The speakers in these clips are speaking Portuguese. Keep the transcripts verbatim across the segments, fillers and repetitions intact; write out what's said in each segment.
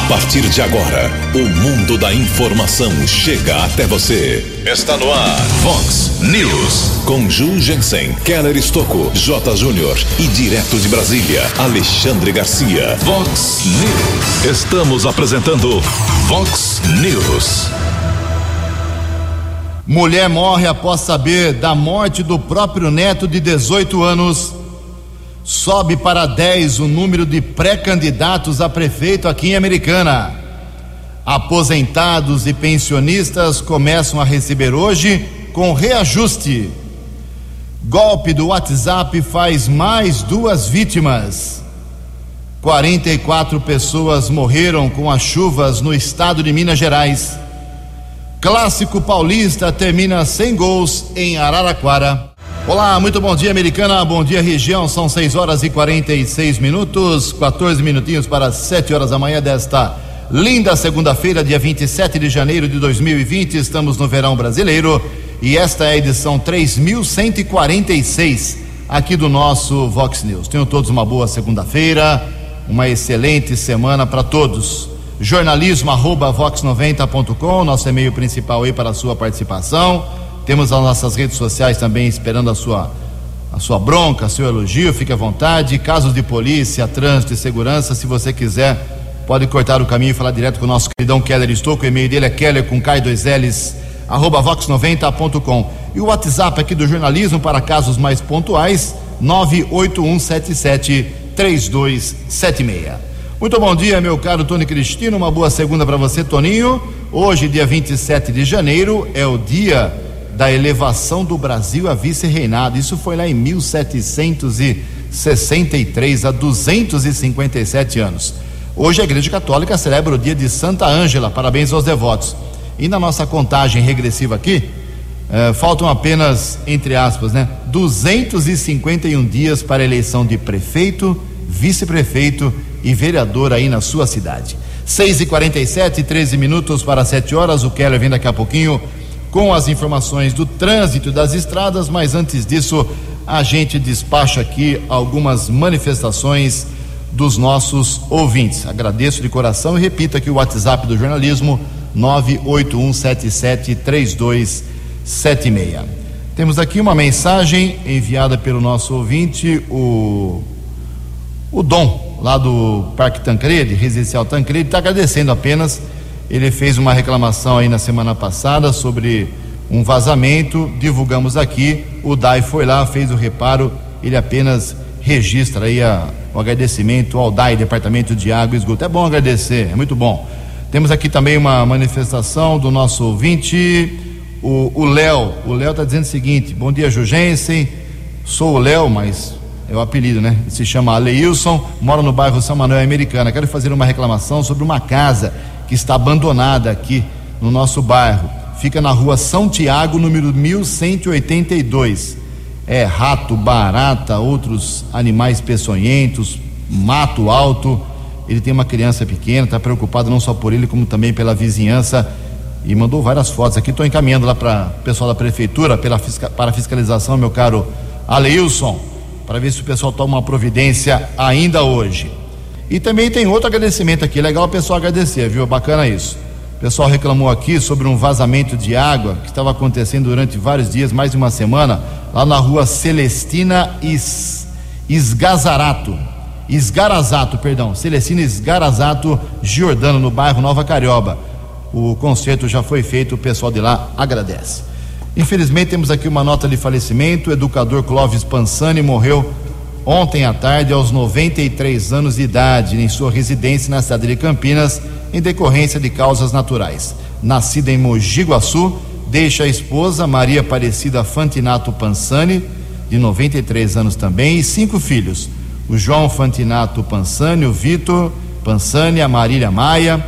A partir de agora, o mundo da informação chega até você. Está no ar, Vox News. Com Ju Jensen, Keller Estocco, J. Júnior e direto de Brasília, Alexandre Garcia. Vox News. Estamos apresentando Vox News. Mulher morre após saber da morte do próprio neto de dezoito anos. Sobe para dez o número de pré-candidatos a prefeito aqui em Americana. Aposentados e pensionistas começam a receber hoje com reajuste. Golpe do WhatsApp faz mais duas vítimas. quarenta e quatro pessoas morreram com as chuvas no estado de Minas Gerais. Clássico paulista termina sem gols em Araraquara. Olá, muito bom dia, Americana, bom dia, região. São seis horas e quarenta e seis minutos, quatorze minutinhos para sete horas da manhã desta linda segunda-feira, dia vinte e sete de janeiro de dois mil e vinte. Estamos no verão brasileiro e esta é a edição três mil cento e quarenta e seis aqui do nosso Vox News. Tenham todos uma boa segunda-feira, uma excelente semana para todos. Jornalismo arroba vox noventa ponto com, nosso e-mail principal aí para a sua participação. Temos as nossas redes sociais também esperando a sua, a sua bronca, seu elogio, fique à vontade. Casos de polícia, trânsito e segurança, se você quiser, pode cortar o caminho e falar direto com o nosso queridão Keller Estocco. O e-mail dele é keller com K e dois L's, arroba vox noventa ponto com. E o WhatsApp aqui do jornalismo para casos mais pontuais, nove oito um sete sete três dois sete seis. Muito bom dia, meu caro Tony Cristino, uma boa segunda para você, Toninho. Hoje, dia vinte e sete de janeiro, é o dia da elevação do Brasil a vice-reinado. Isso foi lá em mil setecentos e sessenta e três, há duzentos e cinquenta e sete anos. Hoje a Igreja Católica celebra o dia de Santa Ângela, parabéns aos devotos. E na nossa contagem regressiva aqui, eh, faltam apenas, entre aspas, né, duzentos e cinquenta e um dias para a eleição de prefeito, vice-prefeito e vereador aí na sua cidade. seis e quarenta e sete, treze minutos para sete horas. O Keller vem daqui a pouquinho com as informações do trânsito das estradas, mas antes disso a gente despacha aqui algumas manifestações dos nossos ouvintes. Agradeço de coração e repito aqui o WhatsApp do jornalismo, nove oito um sete sete três dois sete seis. Temos aqui uma mensagem enviada pelo nosso ouvinte, o o Dom, lá do Parque Tancredi, Residencial Tancredi, está agradecendo apenas. Ele fez uma reclamação aí na semana passada sobre um vazamento, divulgamos aqui, o D A I foi lá, fez o reparo, ele apenas registra aí a, o agradecimento ao D A I, Departamento de Água e Esgoto. É bom agradecer, é muito bom. Temos aqui também uma manifestação do nosso ouvinte, o Léo. O Léo está dizendo o seguinte: bom dia, Jugensen, sou o Léo, mas é o apelido, né? Ele se chama Aleilson, mora no bairro São Manuel Americana. Quero fazer uma reclamação sobre uma casa que está abandonada aqui no nosso bairro. Fica na rua São Tiago, número mil cento e oitenta e dois. É rato, barata, outros animais peçonhentos, mato alto. Ele tem uma criança pequena, está preocupado não só por ele, como também pela vizinhança, e mandou várias fotos aqui. Estou encaminhando lá para o pessoal da prefeitura pela, para a fiscalização, meu caro Aleilson, para ver se o pessoal toma uma providência ainda hoje. E também tem outro agradecimento aqui, legal o pessoal agradecer, viu? Bacana isso. O pessoal reclamou aqui sobre um vazamento de água que estava acontecendo durante vários dias, mais de uma semana, lá na rua Celestina Is, Esgazarato, Esgarazato, perdão, Celestina Esgarazato Giordano, no bairro Nova Carioba. O conserto já foi feito, o pessoal de lá agradece. Infelizmente temos aqui uma nota de falecimento. O educador Clóvis Pansani morreu ontem à tarde aos noventa e três anos de idade em sua residência na cidade de Campinas, em decorrência de causas naturais. Nascido em Mogi Guaçu, deixa a esposa Maria Aparecida Fantinato Pansani, de noventa e três anos também, e cinco filhos: o João Fantinato Pansani, o Vitor Pansani, a Marília Maia,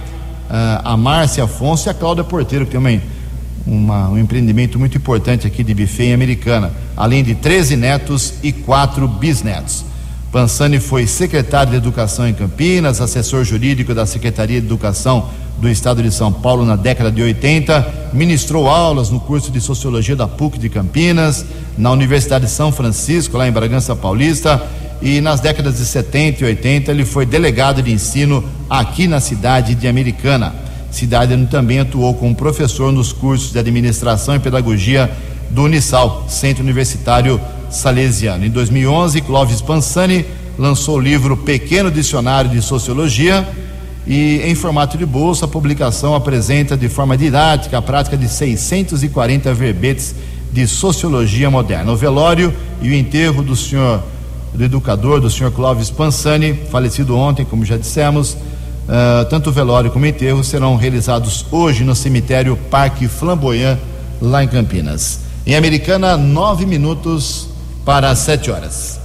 a Márcia Afonso e a Cláudia Porteiro, que tem uma Uma, um empreendimento muito importante aqui de buffet em Americana, além de treze netos e quatro bisnetos. Pansani foi secretário de Educação em Campinas, assessor jurídico da Secretaria de Educação do Estado de São Paulo na década de oitenta, ministrou aulas no curso de Sociologia da P U C de Campinas, na Universidade de São Francisco, lá em Bragança Paulista, e nas décadas de setenta e oitenta ele foi delegado de ensino aqui na cidade de Americana. Cidade onde também atuou como professor nos cursos de administração e pedagogia do Unisal, Centro Universitário Salesiano. Em dois mil e onze, Clóvis Pansani lançou o livro Pequeno Dicionário de Sociologia e, em formato de bolsa, a publicação apresenta de forma didática a prática de seiscentos e quarenta verbetes de sociologia moderna. O velório e o enterro do senhor, do educador, do senhor Clóvis Pansani, falecido ontem, como já dissemos, uh, tanto o velório como o enterro serão realizados hoje no cemitério Parque Flamboyant, lá em Campinas. Em Americana, nove minutos para sete horas.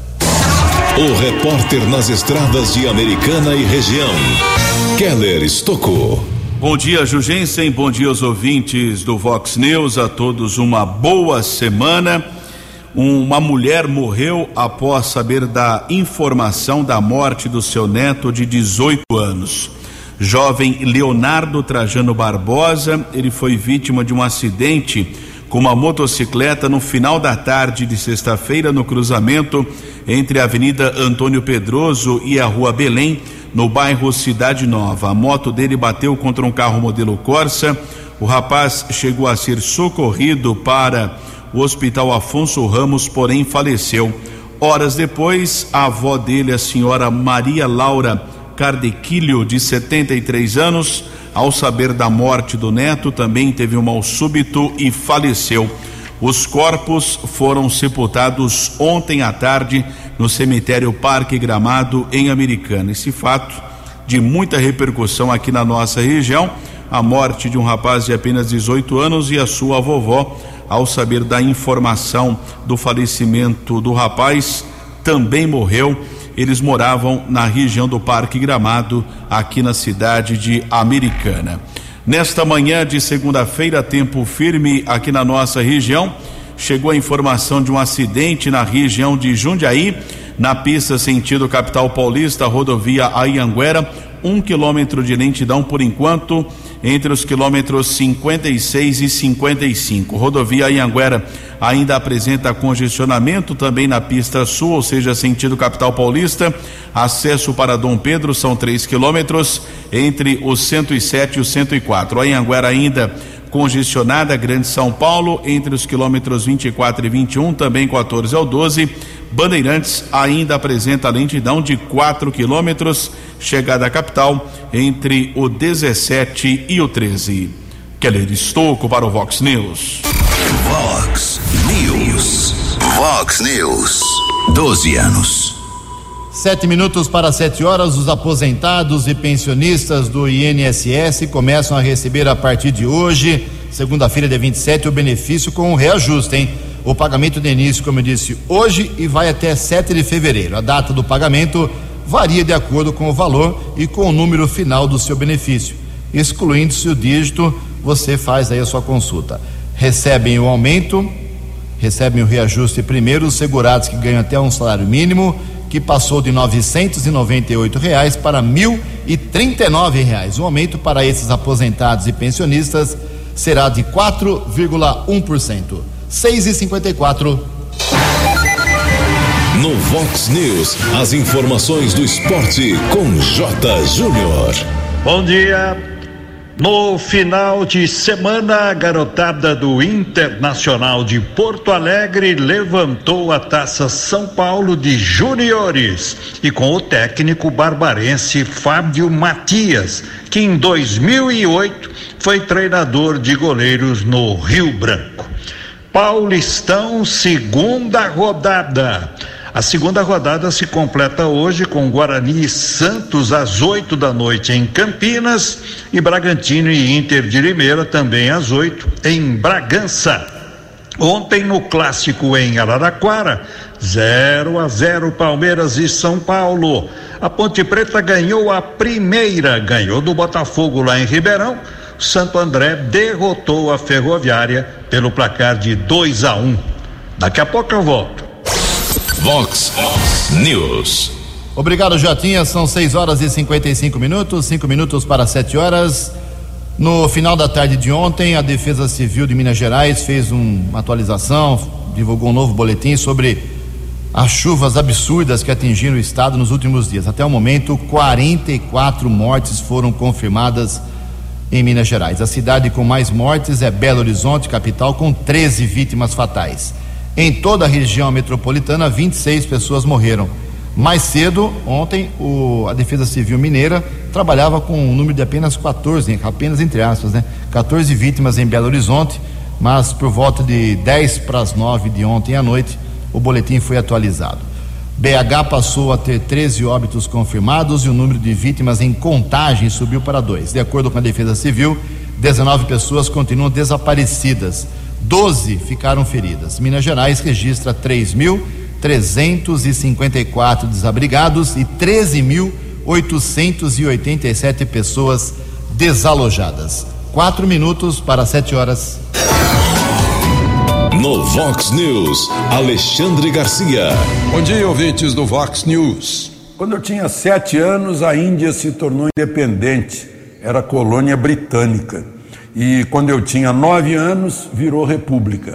O repórter nas estradas de Americana e região, Keller Estocou. Bom dia, Jugensen, bom dia aos ouvintes do Vox News, a todos uma boa semana. Uma mulher morreu após saber da informação da morte do seu neto de dezoito anos. Jovem Leonardo Trajano Barbosa, ele foi vítima de um acidente com uma motocicleta no final da tarde de sexta-feira no cruzamento entre a Avenida Antônio Pedroso e a Rua Belém, no bairro Cidade Nova. A moto dele bateu contra um carro modelo Corsa. O rapaz chegou a ser socorrido para o Hospital Afonso Ramos, porém faleceu. Horas depois, a avó dele, a senhora Maria Laura Cardequilho, de setenta e três anos, ao saber da morte do neto, também teve um mal súbito e faleceu. Os corpos foram sepultados ontem à tarde no cemitério Parque Gramado, em Americana. Esse fato de muita repercussão aqui na nossa região, a morte de um rapaz de apenas dezoito anos e a sua vovó, ao saber da informação do falecimento do rapaz, também morreu. Eles moravam na região do Parque Gramado, aqui na cidade de Americana. Nesta manhã de segunda-feira, tempo firme aqui na nossa região, chegou a informação de um acidente na região de Jundiaí, na pista sentido capital paulista, rodovia Anhanguera, um quilômetro de lentidão por enquanto, entre os quilômetros cinquenta e seis e cinquenta e cinco. Rodovia Anhanguera ainda apresenta congestionamento também na pista sul, ou seja, sentido capital paulista. Acesso para Dom Pedro são três quilômetros entre os cento e sete e o cento e quatro. Anhanguera ainda congestionada, Grande São Paulo, entre os quilômetros vinte e quatro e vinte e um, também quatorze ao doze. Bandeirantes ainda apresenta lentidão de quatro quilômetros, chegada à capital, entre o dezessete e o treze. Keller Estocco para o Vox News. Vox News. Vox News. doze anos. Sete minutos para sete horas, os aposentados e pensionistas do I N S S começam a receber a partir de hoje, segunda-feira, dia vinte e sete, o benefício com o reajuste, hein? O pagamento de início, como eu disse, hoje e vai até sete de fevereiro. A data do pagamento varia de acordo com o valor e com o número final do seu benefício. Excluindo-se o dígito, você faz aí a sua consulta. Recebem o aumento, recebem o reajuste primeiro os segurados que ganham até um salário mínimo, que passou de novecentos e noventa e oito reais para mil e trinta e nove reais. O aumento para esses aposentados e pensionistas será de quatro vírgula um por cento. seis e cinquenta e quatro. No Vox News, as informações do esporte com J. Júnior. Bom dia. No final de semana, a garotada do Internacional de Porto Alegre levantou a Taça São Paulo de Juniores e com o técnico barbarense Fábio Matias, que em dois mil e oito foi treinador de goleiros no Rio Branco. Paulistão, segunda rodada. A segunda rodada se completa hoje com Guarani e Santos às oito da noite em Campinas e Bragantino e Inter de Limeira também às oito em Bragança. Ontem no clássico em Araraquara, zero a zero Palmeiras e São Paulo. A Ponte Preta ganhou a primeira, ganhou do Botafogo lá em Ribeirão. Santo André derrotou a Ferroviária pelo placar de dois a um. Daqui a pouco eu volto. Vox News. Obrigado, Jotinha. São seis horas e cinquenta e cinco minutos, cinco minutos para sete horas. No final da tarde de ontem, a Defesa Civil de Minas Gerais fez um, uma atualização, divulgou um novo boletim sobre as chuvas absurdas que atingiram o estado nos últimos dias. Até o momento, quarenta e quatro mortes foram confirmadas em Minas Gerais. A cidade com mais mortes é Belo Horizonte, capital, com treze vítimas fatais. Em toda a região metropolitana, vinte e seis pessoas morreram. Mais cedo, ontem, o, a Defesa Civil Mineira trabalhava com um número de apenas quatorze, apenas entre aspas, né? quatorze vítimas em Belo Horizonte, mas por volta de dez para as nove de ontem à noite, o boletim foi atualizado. B H passou a ter treze óbitos confirmados e o número de vítimas em contagem subiu para dois. De acordo com a Defesa Civil, dezenove pessoas continuam desaparecidas, doze ficaram feridas. Minas Gerais registra três mil trezentos e cinquenta e quatro desabrigados e treze mil oitocentos e oitenta e sete pessoas desalojadas. Quatro minutos para sete horas. No Vox News, Alexandre Garcia. Bom dia, ouvintes do Vox News. Quando eu tinha sete anos, a Índia se tornou independente, era colônia britânica. E quando eu tinha nove anos, virou república.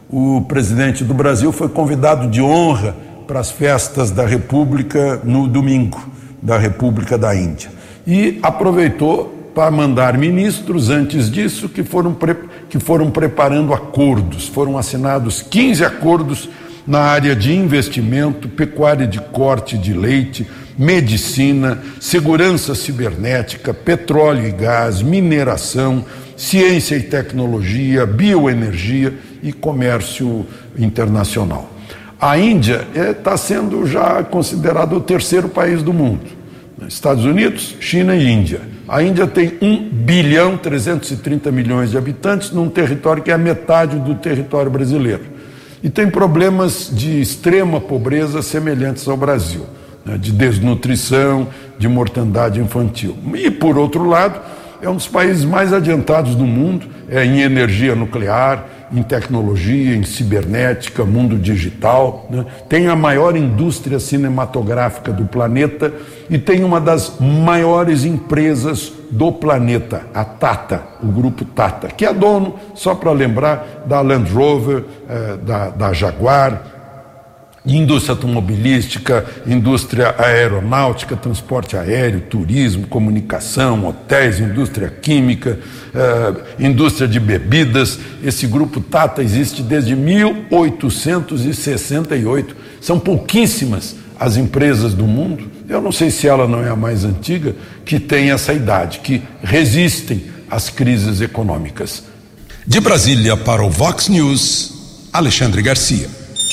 O presidente do Brasil foi convidado de honra para as festas da República no domingo, da República da Índia. E aproveitou para mandar ministros antes disso que foram, pre... que foram preparando acordos. Foram assinados quinze acordos na área de investimento, pecuária de corte de leite, medicina, segurança cibernética, petróleo e gás, mineração, ciência e tecnologia, bioenergia e comércio internacional. A Índia está sendo já considerado o terceiro país do mundo. Estados Unidos, China e Índia. A Índia tem um bilhão trezentos e trinta milhões de habitantes num território que é a metade do território brasileiro. E tem problemas de extrema pobreza semelhantes ao Brasil, né, de desnutrição, de mortandade infantil. E, por outro lado, é um dos países mais adiantados do mundo, é, em energia nuclear, em tecnologia, em cibernética, mundo digital, né? Tem a maior indústria cinematográfica do planeta e tem uma das maiores empresas do planeta, a Tata, o grupo Tata, que é dono, só para lembrar, da Land Rover, eh, da, da Jaguar, indústria automobilística, indústria aeronáutica, transporte aéreo, turismo, comunicação, hotéis, indústria química, eh, indústria de bebidas. Esse grupo Tata existe desde mil oitocentos e sessenta e oito. São pouquíssimas as empresas do mundo, eu não sei se ela não é a mais antiga, que tem essa idade, que resistem às crises econômicas. De Brasília para o Vox News, Alexandre Garcia.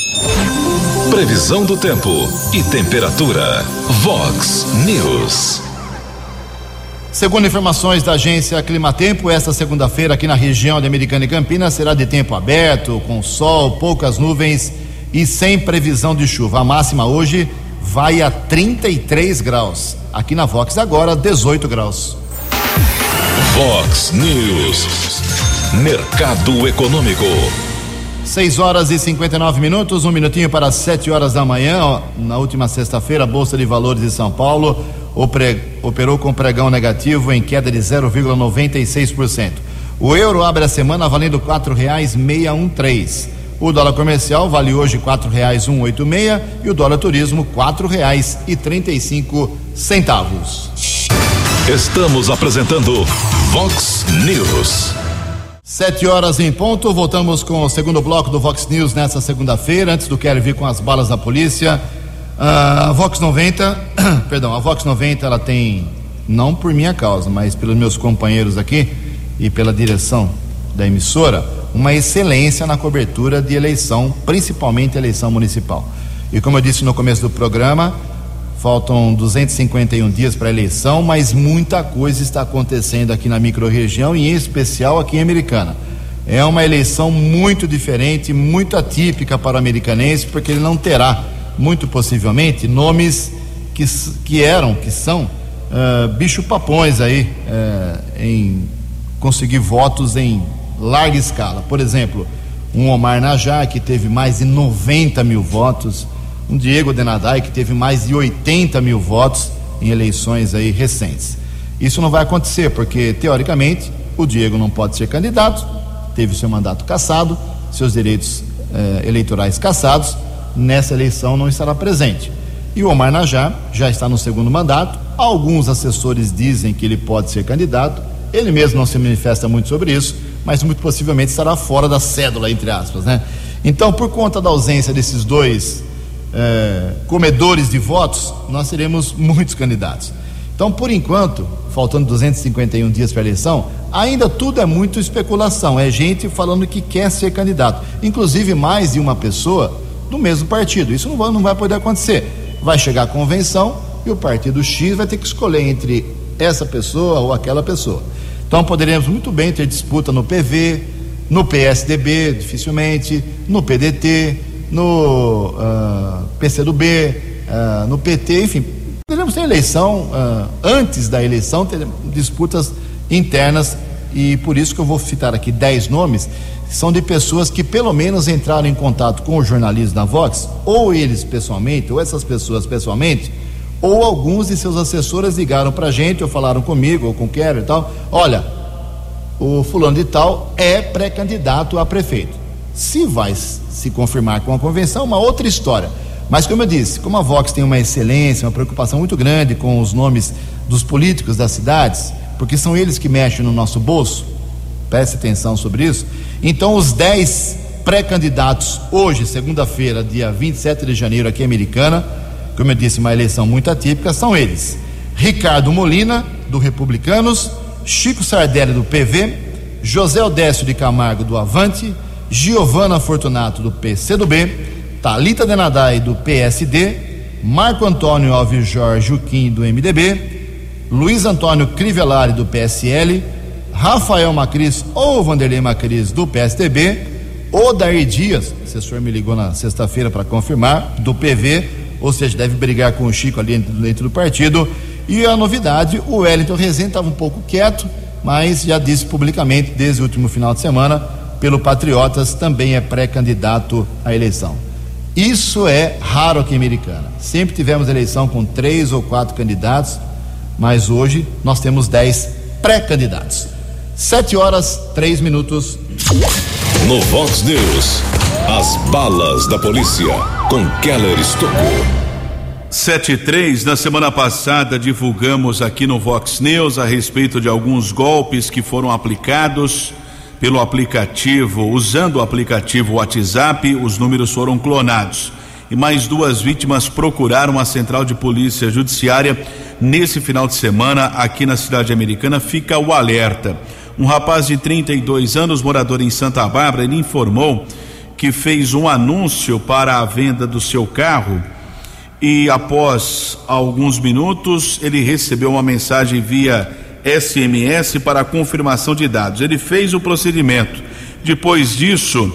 Previsão do tempo e temperatura. Vox News. Segundo informações da agência Climatempo, esta segunda-feira aqui na região de Americana e Campinas será de tempo aberto, com sol, poucas nuvens e sem previsão de chuva. A máxima hoje vai a trinta e três graus. Aqui na Vox agora, dezoito graus. Vox News. Mercado Econômico. seis horas e cinquenta e nove minutos, um minutinho para sete horas da manhã. Na última sexta-feira, a Bolsa de Valores de São Paulo operou com pregão negativo em queda de zero vírgula noventa e seis por cento. O euro abre a semana valendo quatro reais seiscentos e treze. O dólar comercial vale hoje quatro reais cento e oitenta e seis e o dólar turismo quatro reais e trinta e cinco centavos. Estamos apresentando Vox News. Sete horas em ponto, voltamos com o segundo bloco do Vox News nessa segunda-feira. Antes do Quero Vir com as balas da polícia, a Vox noventa, perdão, a Vox noventa, ela tem, não por minha causa, mas pelos meus companheiros aqui e pela direção da emissora, uma excelência na cobertura de eleição, principalmente eleição municipal. E como eu disse no começo do programa, faltam duzentos e cinquenta e um dias para a eleição, mas muita coisa está acontecendo aqui na microrregião e em especial aqui em Americana. É uma eleição muito diferente, muito atípica para o americanense, porque ele não terá, muito possivelmente, nomes que, que eram, que são uh, bicho-papões aí uh, em conseguir votos em larga escala. Por exemplo, um Omar Najjar, que teve mais de noventa mil votos, um Diego Denadai, que teve mais de oitenta mil votos em eleições aí recentes. Isso não vai acontecer, porque, teoricamente, o Diego não pode ser candidato, teve seu mandato cassado, seus direitos eh, eleitorais cassados, nessa eleição não estará presente. E o Omar Najá já está no segundo mandato. Alguns assessores dizem que ele pode ser candidato. Ele mesmo não se manifesta muito sobre isso, mas muito possivelmente estará fora da cédula, entre aspas, né? Então, por conta da ausência desses dois é, comedores de votos, nós teremos muitos candidatos. Então, por enquanto, faltando duzentos e cinquenta e um dias para a eleição, ainda tudo é muito especulação, é gente falando que quer ser candidato, inclusive mais de uma pessoa do mesmo partido. Isso não vai, não vai poder acontecer. Vai chegar a convenção e o partido X vai ter que escolher entre essa pessoa ou aquela pessoa. Então poderemos muito bem ter disputa no P V, no P S D B, dificilmente, no P D T, no uh, P C do B, uh, no P T, enfim, poderemos ter eleição, uh, antes da eleição, ter disputas internas, e por isso que eu vou citar aqui dez nomes, são de pessoas que pelo menos entraram em contato com o jornalismo da Vox, ou eles pessoalmente, ou essas pessoas pessoalmente, ou alguns de seus assessores ligaram pra gente, ou falaram comigo, ou com o Quero e tal, olha, o fulano de tal é pré-candidato a prefeito. Se vai se confirmar com a convenção, uma outra história. Mas como eu disse, como a Vox tem uma excelência, uma preocupação muito grande com os nomes dos políticos das cidades, porque são eles que mexem no nosso bolso, preste atenção sobre isso, então os dez pré-candidatos hoje, segunda-feira, dia vinte e sete de janeiro, aqui em Americana, como eu disse, uma eleição muito atípica, são eles: Ricardo Molina, do Republicanos, Chico Sardelli, do P V, José Odécio de Camargo, do Avante, Giovana Fortunato, do P C do B, Thalita Denadai, do P S D, Marco Antônio Alves Jorge Juquim, do M D B, Luiz Antônio Crivellari, do P S L, Rafael Macris ou Vanderlei Macris, do P S D B, Odair Dias, o assessor me ligou na sexta-feira para confirmar, do P V, ou seja, deve brigar com o Chico ali dentro, dentro do partido. E a novidade, o Wellington Rezende estava um pouco quieto, mas já disse publicamente desde o último final de semana, pelo Patriotas, também é pré-candidato à eleição. Isso é raro aqui em Americana. Sempre tivemos eleição com três ou quatro candidatos, mas hoje nós temos dez pré-candidatos. Sete horas, três minutos. No Vox News, as balas da polícia com Keller Estocou. sete e três, na semana passada divulgamos aqui no Vox News a respeito de alguns golpes que foram aplicados pelo aplicativo, usando o aplicativo WhatsApp, os números foram clonados. E mais duas vítimas procuraram a Central de Polícia Judiciária nesse final de semana aqui na cidade americana. Fica o alerta. Um rapaz de trinta e dois anos, morador em Santa Bárbara, ele informou que fez um anúncio para a venda do seu carro e após alguns minutos ele recebeu uma mensagem via S M S para confirmação de dados. Ele fez o procedimento. Depois disso,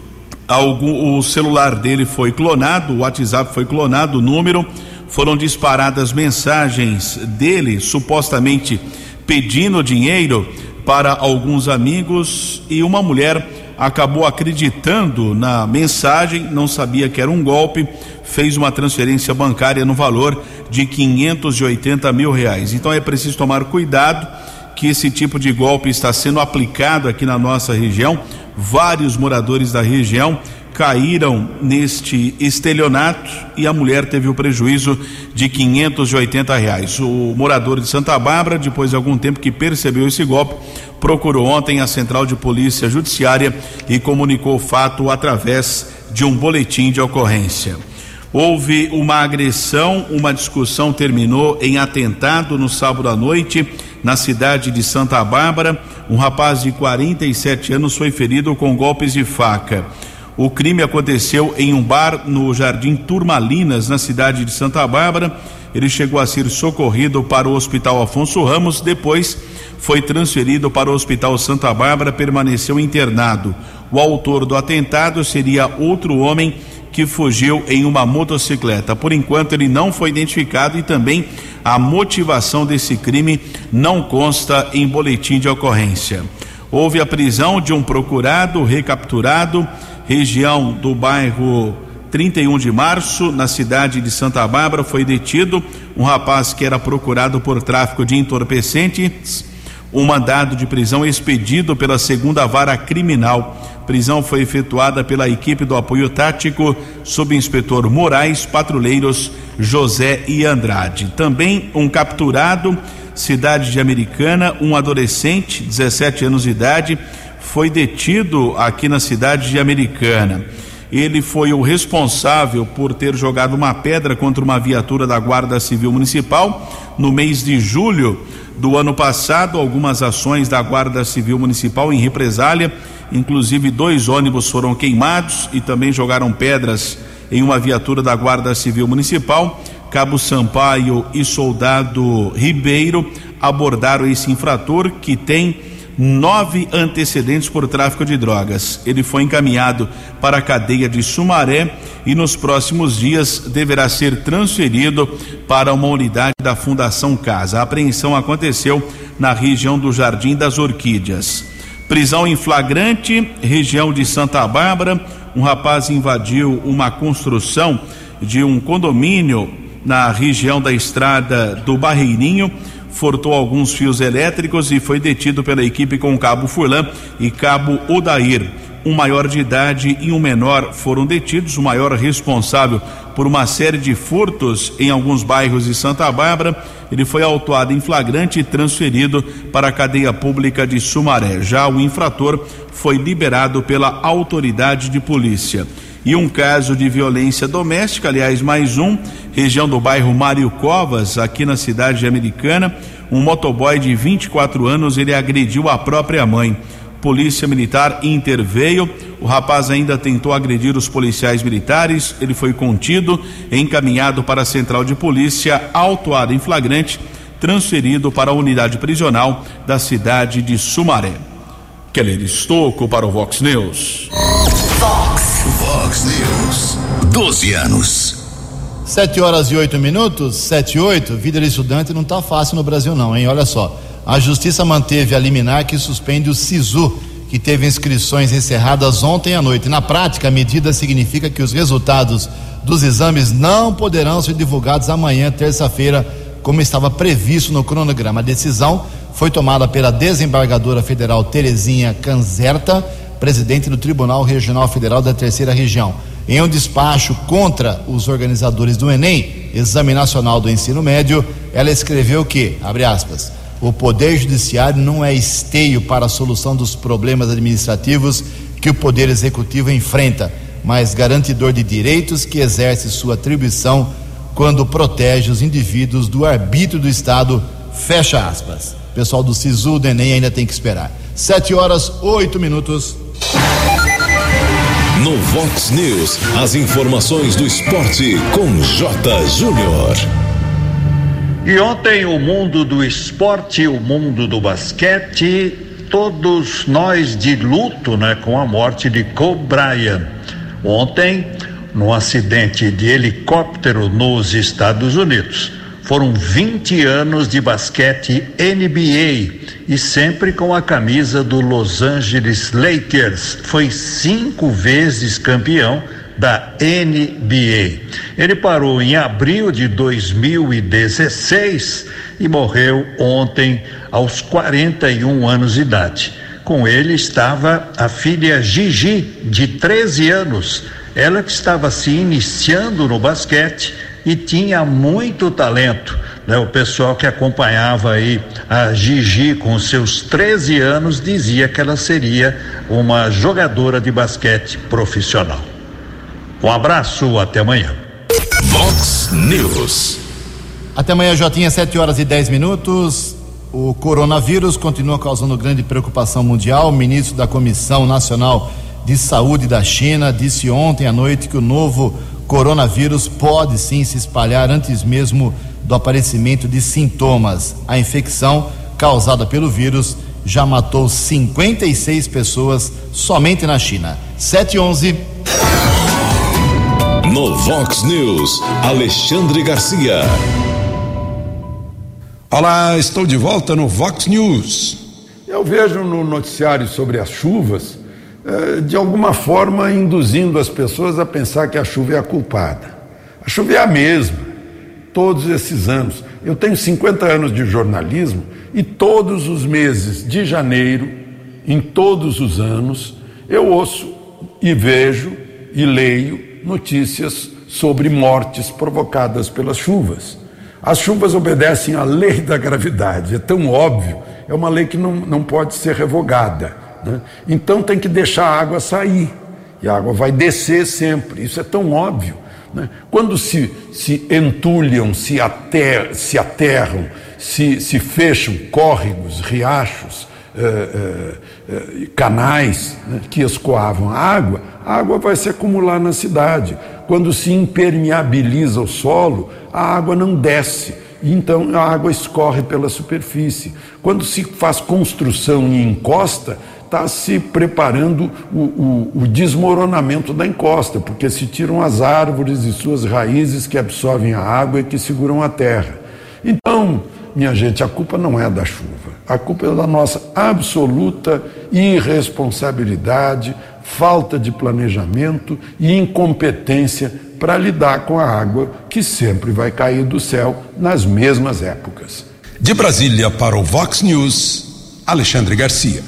algum, o celular dele foi clonado, o WhatsApp foi clonado, o número, foram disparadas mensagens dele supostamente pedindo dinheiro para alguns amigos, e uma mulher acabou acreditando na mensagem, não sabia que era um golpe, fez uma transferência bancária no valor de quinhentos e oitenta mil reais. Então é preciso tomar cuidado, que esse tipo de golpe está sendo aplicado aqui na nossa região. Vários moradores da região caíram neste estelionato e a mulher teve o prejuízo de quinhentos e oitenta reais. O morador de Santa Bárbara, depois de algum tempo que percebeu esse golpe, procurou ontem a Central de Polícia Judiciária e comunicou o fato através de um boletim de ocorrência. Houve uma agressão, uma discussão terminou em atentado no sábado à noite na cidade de Santa Bárbara. Um rapaz de quarenta e sete anos foi ferido com golpes de faca. O crime aconteceu em um bar no Jardim Turmalinas, na cidade de Santa Bárbara. Ele chegou a ser socorrido para o Hospital Afonso Ramos, depois foi transferido para o Hospital Santa Bárbara, permaneceu internado. O autor do atentado seria outro homem que fugiu em uma motocicleta. Por enquanto ele não foi identificado e também a motivação desse crime não consta em boletim de ocorrência. Houve a prisão de um procurado recapturado, região do bairro trinta e um de março, na cidade de Santa Bárbara. Foi detido um rapaz que era procurado por tráfico de entorpecentes. um mandado de prisão expedido pela segunda vara criminal. Prisão foi efetuada pela equipe do apoio tático, subinspetor Moraes, patrulheiros José e Andrade. Também um capturado, cidade de Americana, um adolescente, dezessete anos de idade, foi detido aqui na cidade de Americana. Ele foi o responsável por ter jogado uma pedra contra uma viatura da Guarda Civil Municipal no mês de julho do ano passado. Algumas ações da Guarda Civil Municipal em represália, inclusive dois ônibus foram queimados e também jogaram pedras em uma viatura da Guarda Civil Municipal. Cabo Sampaio e Soldado Ribeiro abordaram esse infrator, que tem nove antecedentes por tráfico de drogas. Ele foi encaminhado para a cadeia de Sumaré e nos próximos dias deverá ser transferido para uma unidade da Fundação Casa. A apreensão aconteceu na região do Jardim das Orquídeas. Prisão em flagrante, região de Santa Bárbara. Um rapaz invadiu uma construção de um condomínio na região da estrada do Barreirinho, furtou alguns fios elétricos e foi detido pela equipe com o cabo Furlan e cabo Odair. Um maior de idade e um menor foram detidos. O maior responsável por uma série de furtos em alguns bairros de Santa Bárbara, ele foi autuado em flagrante e transferido para a cadeia pública de Sumaré. Já o infrator foi liberado pela autoridade de polícia. E um caso de violência doméstica, aliás, mais um, região do bairro Mário Covas, aqui na cidade de Americana. Um motoboy de vinte e quatro anos, ele agrediu a própria mãe. Polícia Militar interveio. O rapaz ainda tentou agredir os policiais militares. Ele foi contido, encaminhado para a central de polícia, autuado em flagrante, transferido para a unidade prisional da cidade de Sumaré. Keller Estocco para o Vox News. Vox, Vox News, doze anos. Sete horas e oito minutos, sete e oito. Vida de estudante não tá fácil no Brasil não, hein? Olha só, a justiça manteve a liminar que suspende o SISU, que teve inscrições encerradas ontem à noite. Na prática, a medida significa que os resultados dos exames não poderão ser divulgados amanhã, terça-feira, como estava previsto no cronograma. A decisão foi tomada pela desembargadora federal Terezinha Canzerta, presidente do Tribunal Regional Federal da Terceira Região. Em um despacho contra os organizadores do Enem, Exame Nacional do Ensino Médio, ela escreveu que, abre aspas, o Poder Judiciário não é esteio para a solução dos problemas administrativos que o Poder Executivo enfrenta, mas garantidor de direitos que exerce sua atribuição quando protege os indivíduos do arbítrio do Estado, fecha aspas. O pessoal do SISU, do Enem, ainda tem que esperar. Sete horas, oito minutos. No Vox News, as informações do esporte com J. Júnior. E ontem o mundo do esporte, o mundo do basquete, todos nós de luto, né, com a morte de Kobe Bryant. Ontem, num acidente de helicóptero nos Estados Unidos. Foram vinte anos de basquete N B A e sempre com a camisa do Los Angeles Lakers. Foi cinco vezes campeão da N B A. Ele parou em abril de dois mil e dezesseis e morreu ontem aos quarenta e um anos de idade. Com ele estava a filha Gigi, de treze anos, ela que estava se iniciando no basquete e tinha muito talento, né? O pessoal que acompanhava aí a Gigi com seus treze anos dizia que ela seria uma jogadora de basquete profissional. Um abraço, até amanhã. Vox News. Até amanhã, Jotinha, sete horas e dez minutos. O coronavírus continua causando grande preocupação mundial. O ministro da Comissão Nacional de Saúde da China disse ontem à noite que o novo coronavírus pode sim se espalhar antes mesmo do aparecimento de sintomas. A infecção causada pelo vírus já matou cinquenta e seis pessoas somente na China. sete e onze. No Vox News, Alexandre Garcia. Olá, estou de volta no Vox News. Eu vejo no noticiário sobre as chuvas, de alguma forma induzindo as pessoas a pensar que a chuva é a culpada. A chuva é a mesma. todos esses anos. Eu tenho cinquenta anos de jornalismo e todos os meses de janeiro, em todos os anos, eu ouço e vejo e leio notícias sobre mortes provocadas pelas chuvas. As chuvas obedecem à lei da gravidade, é tão óbvio, é uma lei que não, não pode ser revogada, né? Então tem que deixar a água sair, e a água vai descer sempre, isso é tão óbvio, né? Quando se, se entulham, se, ater, se aterram, se, se fecham córregos, riachos, eh, eh, eh, canais, né, que escoavam a água, a água vai se acumular na cidade. Quando se impermeabiliza o solo, a água não desce, e então a água escorre pela superfície. Quando se faz construção em encosta, está se preparando o, o, o desmoronamento da encosta, porque se tiram as árvores e suas raízes que absorvem a água e que seguram a terra. Então, minha gente, a culpa não é da chuva, a culpa é da nossa absoluta irresponsabilidade, falta de planejamento e incompetência para lidar com a água que sempre vai cair do céu nas mesmas épocas. De Brasília para o Vox News, Alexandre Garcia.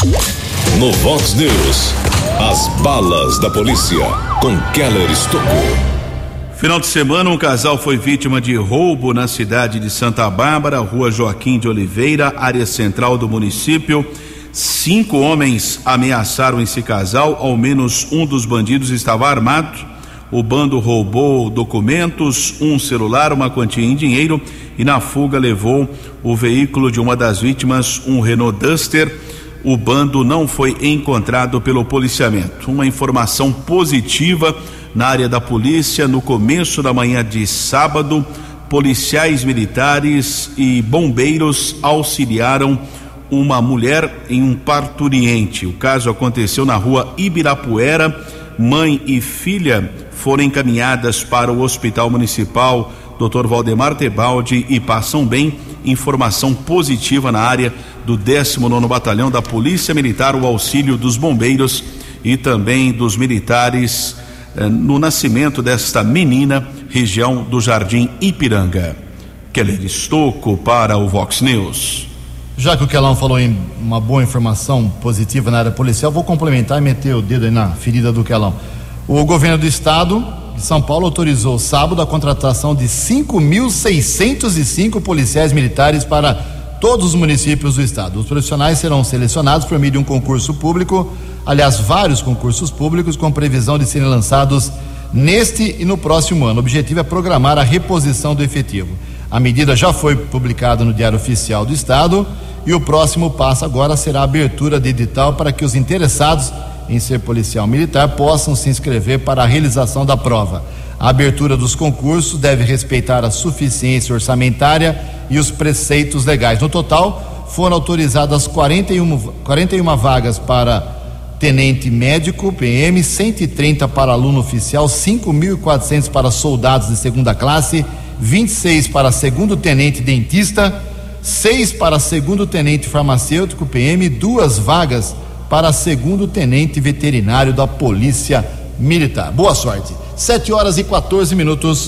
No Vox News, as balas da polícia com Keller Estocou. Final de semana, um casal foi vítima de roubo na cidade de Santa Bárbara, Rua Joaquim de Oliveira, área central do município. Cinco homens ameaçaram esse casal, ao menos um dos bandidos estava armado. O bando roubou documentos, um celular, uma quantia em dinheiro e na fuga levou o veículo de uma das vítimas, um Renault Duster. O bando não foi encontrado pelo policiamento. Uma informação positiva na área da polícia: no começo da manhã de sábado, policiais militares e bombeiros auxiliaram uma mulher em um parturiente. O caso aconteceu na rua Ibirapuera. Mãe e filha foram encaminhadas para o Hospital Municipal doutor Valdemar Tebaldi e passam bem. Informação positiva na área do décimo nono Batalhão da Polícia Militar, o auxílio dos bombeiros e também dos militares eh, no nascimento desta menina, região do Jardim Ipiranga. Keller Estocco para o Vox News. Já que o Kelão falou em uma boa informação positiva na área policial, vou complementar e meter o dedo aí na ferida do Kelão. O governo do estado de São Paulo autorizou sábado a contratação de cinco mil seiscentos e cinco policiais militares para todos os municípios do estado. Os profissionais serão selecionados por meio de um concurso público, aliás, vários concursos públicos com previsão de serem lançados neste e no próximo ano. O objetivo é programar a reposição do efetivo. A medida já foi publicada no Diário Oficial do Estado e o próximo passo agora será a abertura de edital para que os interessados em ser policial militar possam se inscrever para a realização da prova. A abertura dos concursos deve respeitar a suficiência orçamentária e os preceitos legais. No total, foram autorizadas quarenta e uma, quarenta e uma vagas para tenente médico, P M, cento e trinta para aluno oficial, cinco mil e quatrocentos para soldados de segunda classe, vinte e seis para segundo tenente dentista, seis para segundo tenente farmacêutico, P M, duas vagas para segundo tenente veterinário da Polícia Militar. Boa sorte. sete horas e quatorze minutos.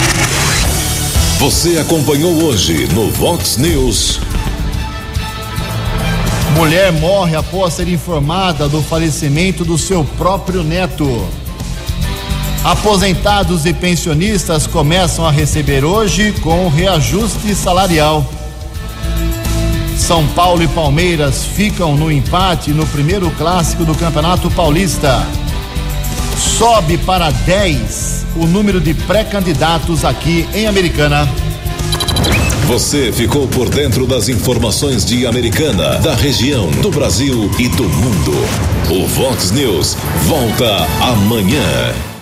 Você acompanhou hoje no Vox News. Mulher morre após ser informada do falecimento do seu próprio neto. Aposentados e pensionistas começam a receber hoje com reajuste salarial. São Paulo e Palmeiras ficam no empate no primeiro clássico do Campeonato Paulista. Sobe para dez o número de pré-candidatos aqui em Americana. Você ficou por dentro das informações de Americana, da região, do Brasil e do mundo. O Vox News volta amanhã.